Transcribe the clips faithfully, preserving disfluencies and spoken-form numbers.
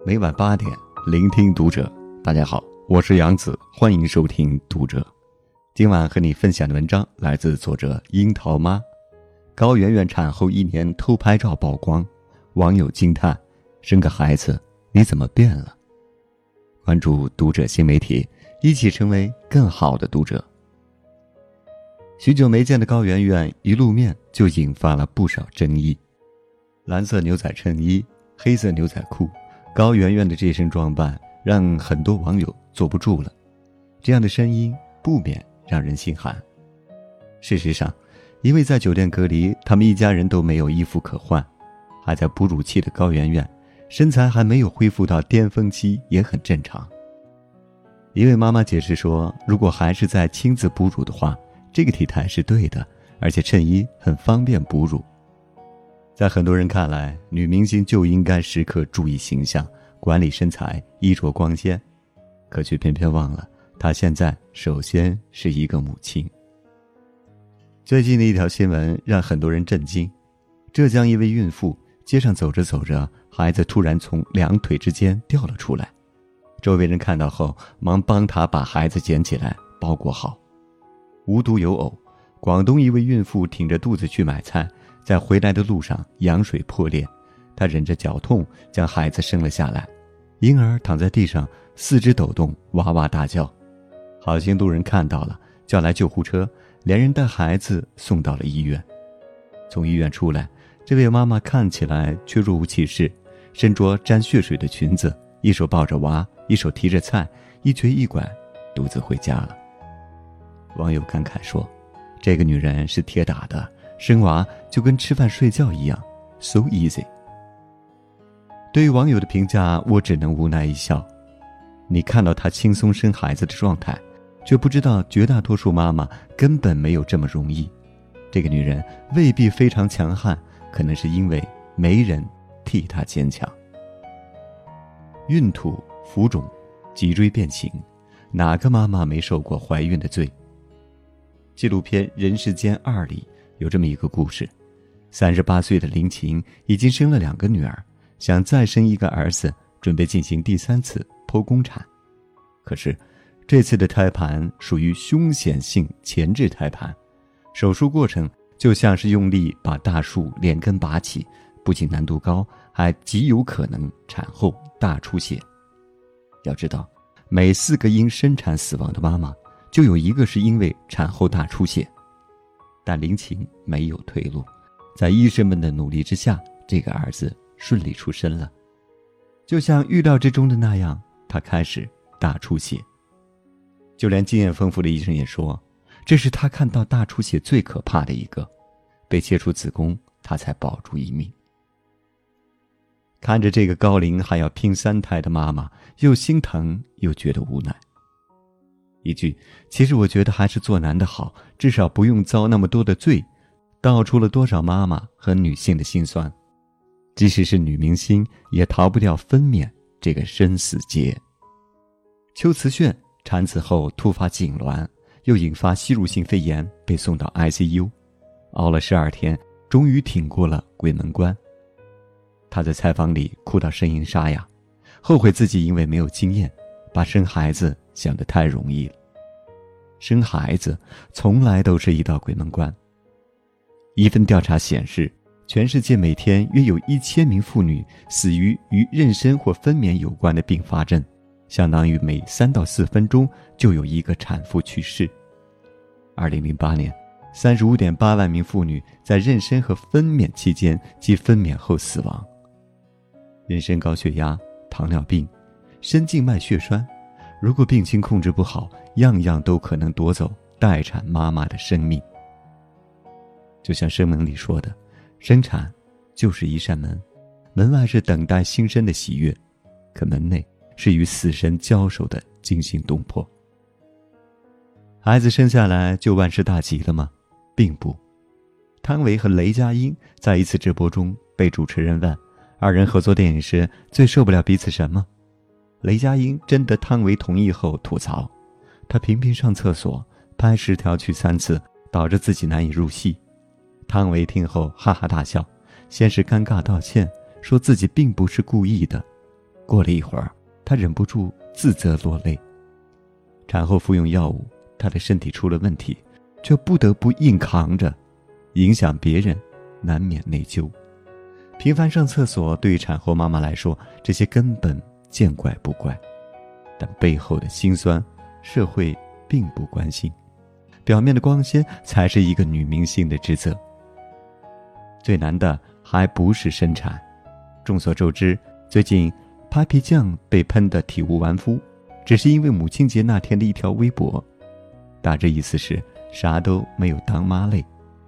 每晚八点，聆听读者。大家好，我是杨子，欢迎收听读者。今晚和你分享的文章来自作者樱桃妈。高圆圆产后一年偷拍照曝光，网友惊叹：生个孩子你怎么变了？关注读者新媒体，一起成为更好的读者。许久没见的高圆圆一露面就引发了不少争议。蓝色牛仔衬衣，黑色牛仔裤，高圆圆的这身装扮让很多网友坐不住了，这样的声音不免让人心寒。事实上，因为在酒店隔离，他们一家人都没有衣服可换，还在哺乳期的高圆圆身材还没有恢复到巅峰期也很正常。一位妈妈解释说，如果还是在亲自哺乳的话，这个体态是对的，而且衬衣很方便哺乳。在很多人看来，女明星就应该时刻注意形象，管理身材，衣着光鲜，可却偏偏忘了她现在首先是一个母亲。最近的一条新闻让很多人震惊，浙江一位孕妇街上走着走着，孩子突然从两腿之间掉了出来，周围人看到后忙帮她把孩子捡起来包裹好。无独有偶，广东一位孕妇挺着肚子去买菜，在回来的路上羊水破裂，她忍着绞痛将孩子生了下来，婴儿躺在地上四肢抖动，哇哇大叫。好心路人看到了，叫来救护车，连人带孩子送到了医院。从医院出来，这位妈妈看起来却若无其事，身着沾血水的裙子，一手抱着娃，一手提着菜，一瘸一拐独自回家了。网友感慨说，这个女人是铁打的，生娃就跟吃饭睡觉一样 so easy。 对于网友的评价，我只能无奈一笑。你看到她轻松生孩子的状态，却不知道绝大多数妈妈根本没有这么容易。这个女人未必非常强悍，可能是因为没人替她坚强。孕吐、浮肿、脊椎变形，哪个妈妈没受过怀孕的罪？纪录片《人世间二》里有这么一个故事，三十八岁的林晴已经生了两个女儿，想再生一个儿子，准备进行第三次剖宫产。可是这次的胎盘属于凶险性前置胎盘，手术过程就像是用力把大树连根拔起，不仅难度高，还极有可能产后大出血。要知道，每四个因生产死亡的妈妈，就有一个是因为产后大出血。但林晴没有退路，在医生们的努力之下，这个儿子顺利出生了。就像预料之中的那样，他开始大出血。就连经验丰富的医生也说，这是他看到大出血最可怕的一个，被切除子宫，他才保住一命。看着这个高龄还要拼三胎的妈妈，又心疼又觉得无奈。一句其实我觉得还是做男的好，至少不用遭那么多的罪，道出了多少妈妈和女性的心酸。即使是女明星，也逃不掉分娩这个生死劫。邱瓷炫产子后突发痉挛，又引发吸入性肺炎，被送到 I C U， 熬了十二天，终于挺过了鬼门关。她在采访里哭到声音沙哑，后悔自己因为没有经验，把生孩子想得太容易了。生孩子从来都是一道鬼门关。一份调查显示，全世界每天约有一千名妇女死于与妊娠或分娩有关的并发症，相当于每三到四分钟就有一个产妇去世。二零零八年， 三十五点八万名妇女在妊娠和分娩期间及分娩后死亡。妊娠高血压、糖尿病、深静脉血栓，如果病情控制不好，样样都可能夺走待产妈妈的生命。就像声明里说的，生产就是一扇门，门外是等待新生的喜悦，可门内是与死神交手的惊心动魄。孩子生下来就万事大吉了吗？并不。汤唯和雷佳音在一次直播中被主持人问，二人合作电影时最受不了彼此什么？雷佳音征得汤唯同意后吐槽，他频频上厕所，拍十条去三次，导致自己难以入戏。汤唯听后哈哈大笑，先是尴尬道歉，说自己并不是故意的， 过了一会儿，她忍不住自责落泪。产后服用药物，她的身体出了问题，却不得不硬扛着，影响别人，难免内疚。频繁上厕所对于产后妈妈来说，这些根本见怪不怪，但背后的辛酸，社会并不关心。表面的光鲜才是一个女明星的职责。最难的还不是生产。众所周知，最近 Papi 酱被喷得体无完肤，只是因为母亲节那天的一条微博，大致意思是啥都没有当妈累。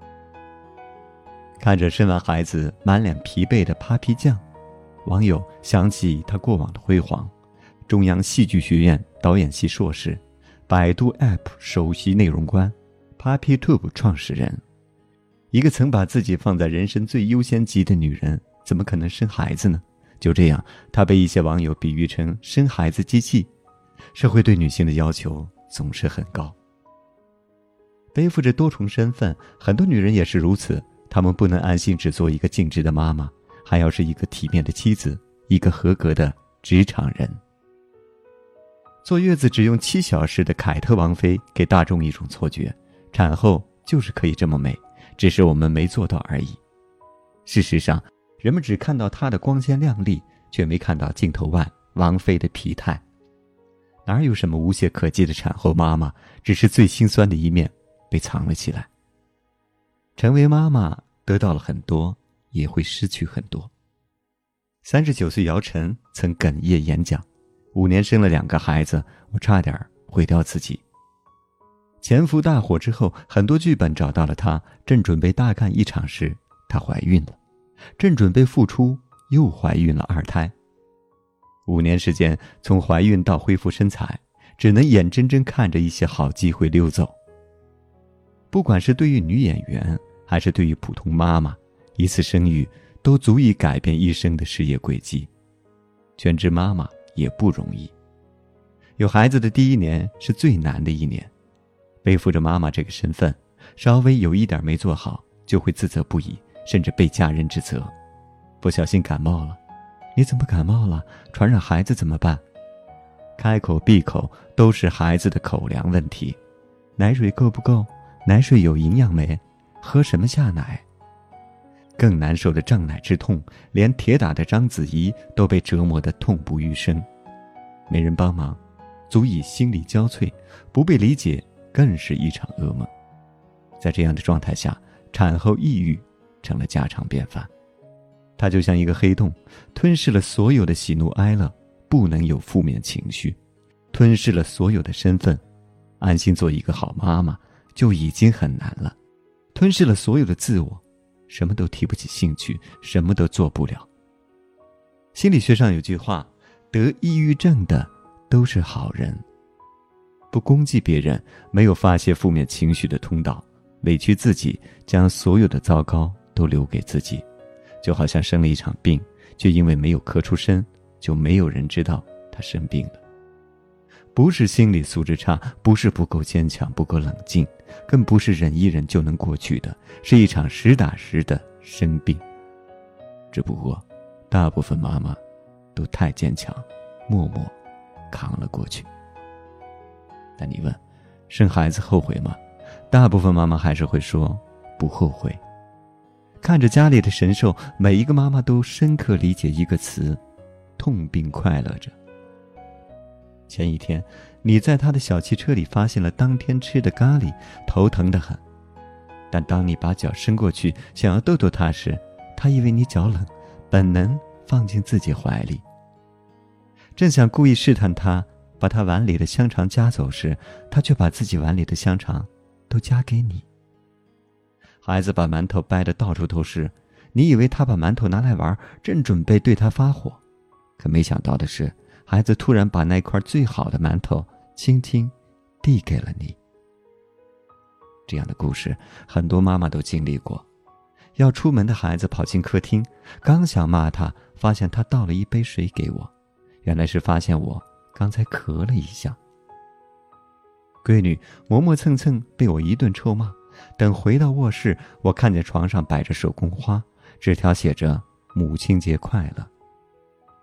看着生完孩子满脸疲惫的 Papi 酱，网友想起他过往的辉煌：中央戏剧学院导演系硕士，百度 App 首席内容官， PapiTube 创始人。一个曾把自己放在人生最优先级的女人，怎么可能生孩子呢？就这样，她被一些网友比喻成生孩子机器。社会对女性的要求总是很高。背负着多重身份，很多女人也是如此，她们不能安心只做一个尽职的妈妈，还要是一个体面的妻子，一个合格的职场人。坐月子只用七小时的凯特王妃给大众一种错觉，产后就是可以这么美，只是我们没做到而已。事实上，人们只看到她的光鲜亮丽，却没看到镜头外王妃的疲态。哪有什么无懈可击的产后妈妈，只是最心酸的一面被藏了起来。成为妈妈得到了很多，也会失去很多。三十九岁姚晨曾哽咽演讲，五年生了两个孩子，我差点毁掉自己。前夫大火之后，很多剧本找到了她，正准备大干一场时，她怀孕了，正准备复出，又怀孕了二胎。五年时间，从怀孕到恢复身材，只能眼睁睁看着一些好机会溜走。不管是对于女演员，还是对于普通妈妈，一次生育都足以改变一生的事业轨迹。全职妈妈也不容易，有孩子的第一年是最难的一年，背负着妈妈这个身份，稍微有一点没做好，就会自责不已，甚至被家人指责。不小心感冒了，你怎么感冒了？传染孩子怎么办？开口闭口都是孩子的口粮问题，奶水够不够？奶水有营养没？喝什么下奶？更难受的胀奶之痛，连铁打的章子怡都被折磨得痛不欲生。没人帮忙，足以心力交瘁，不被理解更是一场噩梦。在这样的状态下，产后抑郁成了家常便饭。它就像一个黑洞，吞噬了所有的喜怒哀乐，不能有负面情绪，吞噬了所有的身份。安心做一个好妈妈就已经很难了，吞噬了所有的自我，什么都提不起兴趣，什么都做不了。心理学上有句话，得抑郁症的都是好人。不攻击别人，没有发泄负面情绪的通道，委屈自己，将所有的糟糕都留给自己，就好像生了一场病，却因为没有咳出声，就没有人知道他生病了。不是心理素质差，不是不够坚强，不够冷静，更不是忍一忍就能过去的，是一场实打实的生病。只不过大部分妈妈都太坚强，默默扛了过去。但你问，生孩子后悔吗？大部分妈妈还是会说不后悔。看着家里的神兽，每一个妈妈都深刻理解一个词：痛并快乐着。前一天，你在他的小汽车里发现了当天吃的咖喱，头疼得很。但当你把脚伸过去，想要逗逗他时，他以为你脚冷，本能放进自己怀里。正想故意试探他，把他碗里的香肠夹走时，他却把自己碗里的香肠都夹给你。孩子把馒头掰得到处都是，你以为他把馒头拿来玩，正准备对他发火，可没想到的是，孩子突然把那块最好的馒头轻轻递给了你。这样的故事很多妈妈都经历过。要出门的孩子跑进客厅，刚想骂他，发现他倒了一杯水给我，原来是发现我刚才咳了一下。闺女磨磨蹭蹭被我一顿臭骂，等回到卧室，我看见床上摆着手工花，纸条写着母亲节快乐。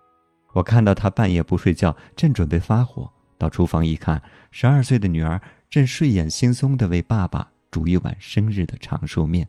我看到他半夜不睡觉，正准备发火，到厨房一看，十二岁的女儿正睡眼惺忪地为爸爸煮一碗生日的长寿面。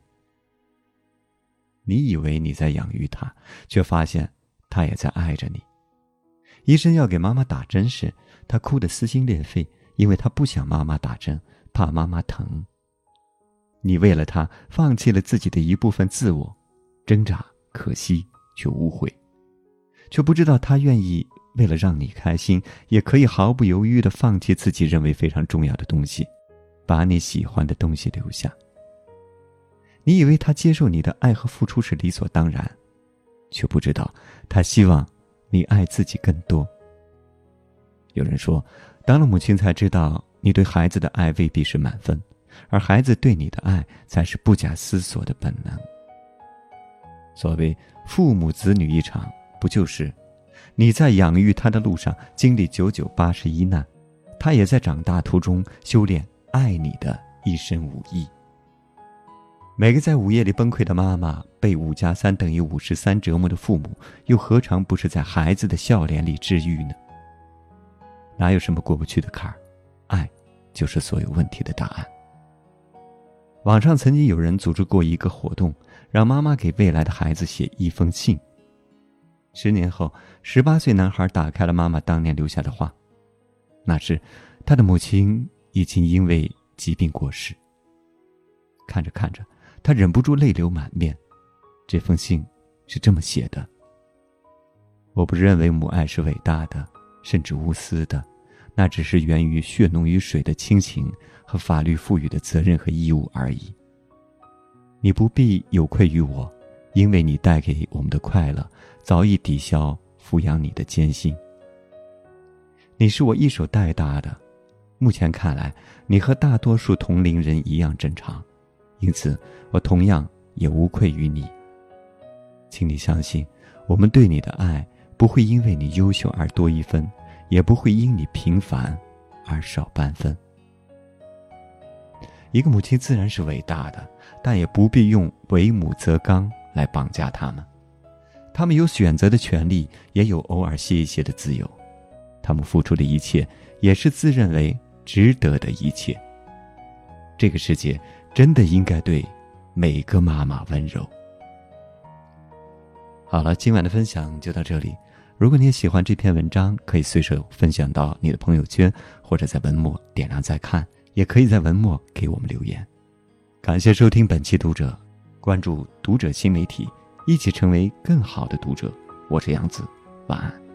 你以为你在养育他，却发现他也在爱着你。医生要给妈妈打针时，他哭得撕心裂肺，因为他不想妈妈打针，怕妈妈疼。你为了他放弃了自己的一部分自我，挣扎、可惜却无悔，却不知道他愿意为了让你开心，也可以毫不犹豫地放弃自己认为非常重要的东西，把你喜欢的东西留下。你以为他接受你的爱和付出是理所当然，却不知道他希望你爱自己更多。有人说，当了母亲才知道，你对孩子的爱未必是满分，而孩子对你的爱才是不假思索的本能。所谓父母子女一场，不就是你在养育他的路上经历九九八十一难，他也在长大途中修炼爱你的一身武艺。每个在午夜里崩溃的妈妈，被五加三等于五十三折磨的父母，又何尝不是在孩子的笑脸里治愈呢？哪有什么过不去的坎儿？爱就是所有问题的答案。网上曾经有人组织过一个活动，让妈妈给未来的孩子写一封信。十年后，十八岁男孩打开了妈妈当年留下的话。那时，他的母亲已经因为疾病过世。看着看着，他忍不住泪流满面。这封信是这么写的：我不认为母爱是伟大的，甚至无私的，那只是源于血浓于水的亲情和法律赋予的责任和义务而已。你不必有愧于我，因为你带给我们的快乐早已抵消抚养你的艰辛。你是我一手带大的，目前看来，你和大多数同龄人一样正常，因此我同样也无愧于你。请你相信，我们对你的爱不会因为你优秀而多一分，也不会因你平凡而少半分。一个母亲自然是伟大的，但也不必用为母则刚来绑架他们。他们有选择的权利，也有偶尔歇一歇的自由。他们付出的一切，也是自认为值得的一切。这个世界真的应该对每个妈妈温柔。好了，今晚的分享就到这里。如果你也喜欢这篇文章，可以随手分享到你的朋友圈，或者在文末点亮再看，也可以在文末给我们留言。感谢收听本期读者，关注读者新媒体，一起成为更好的读者。我是杨子，晚安。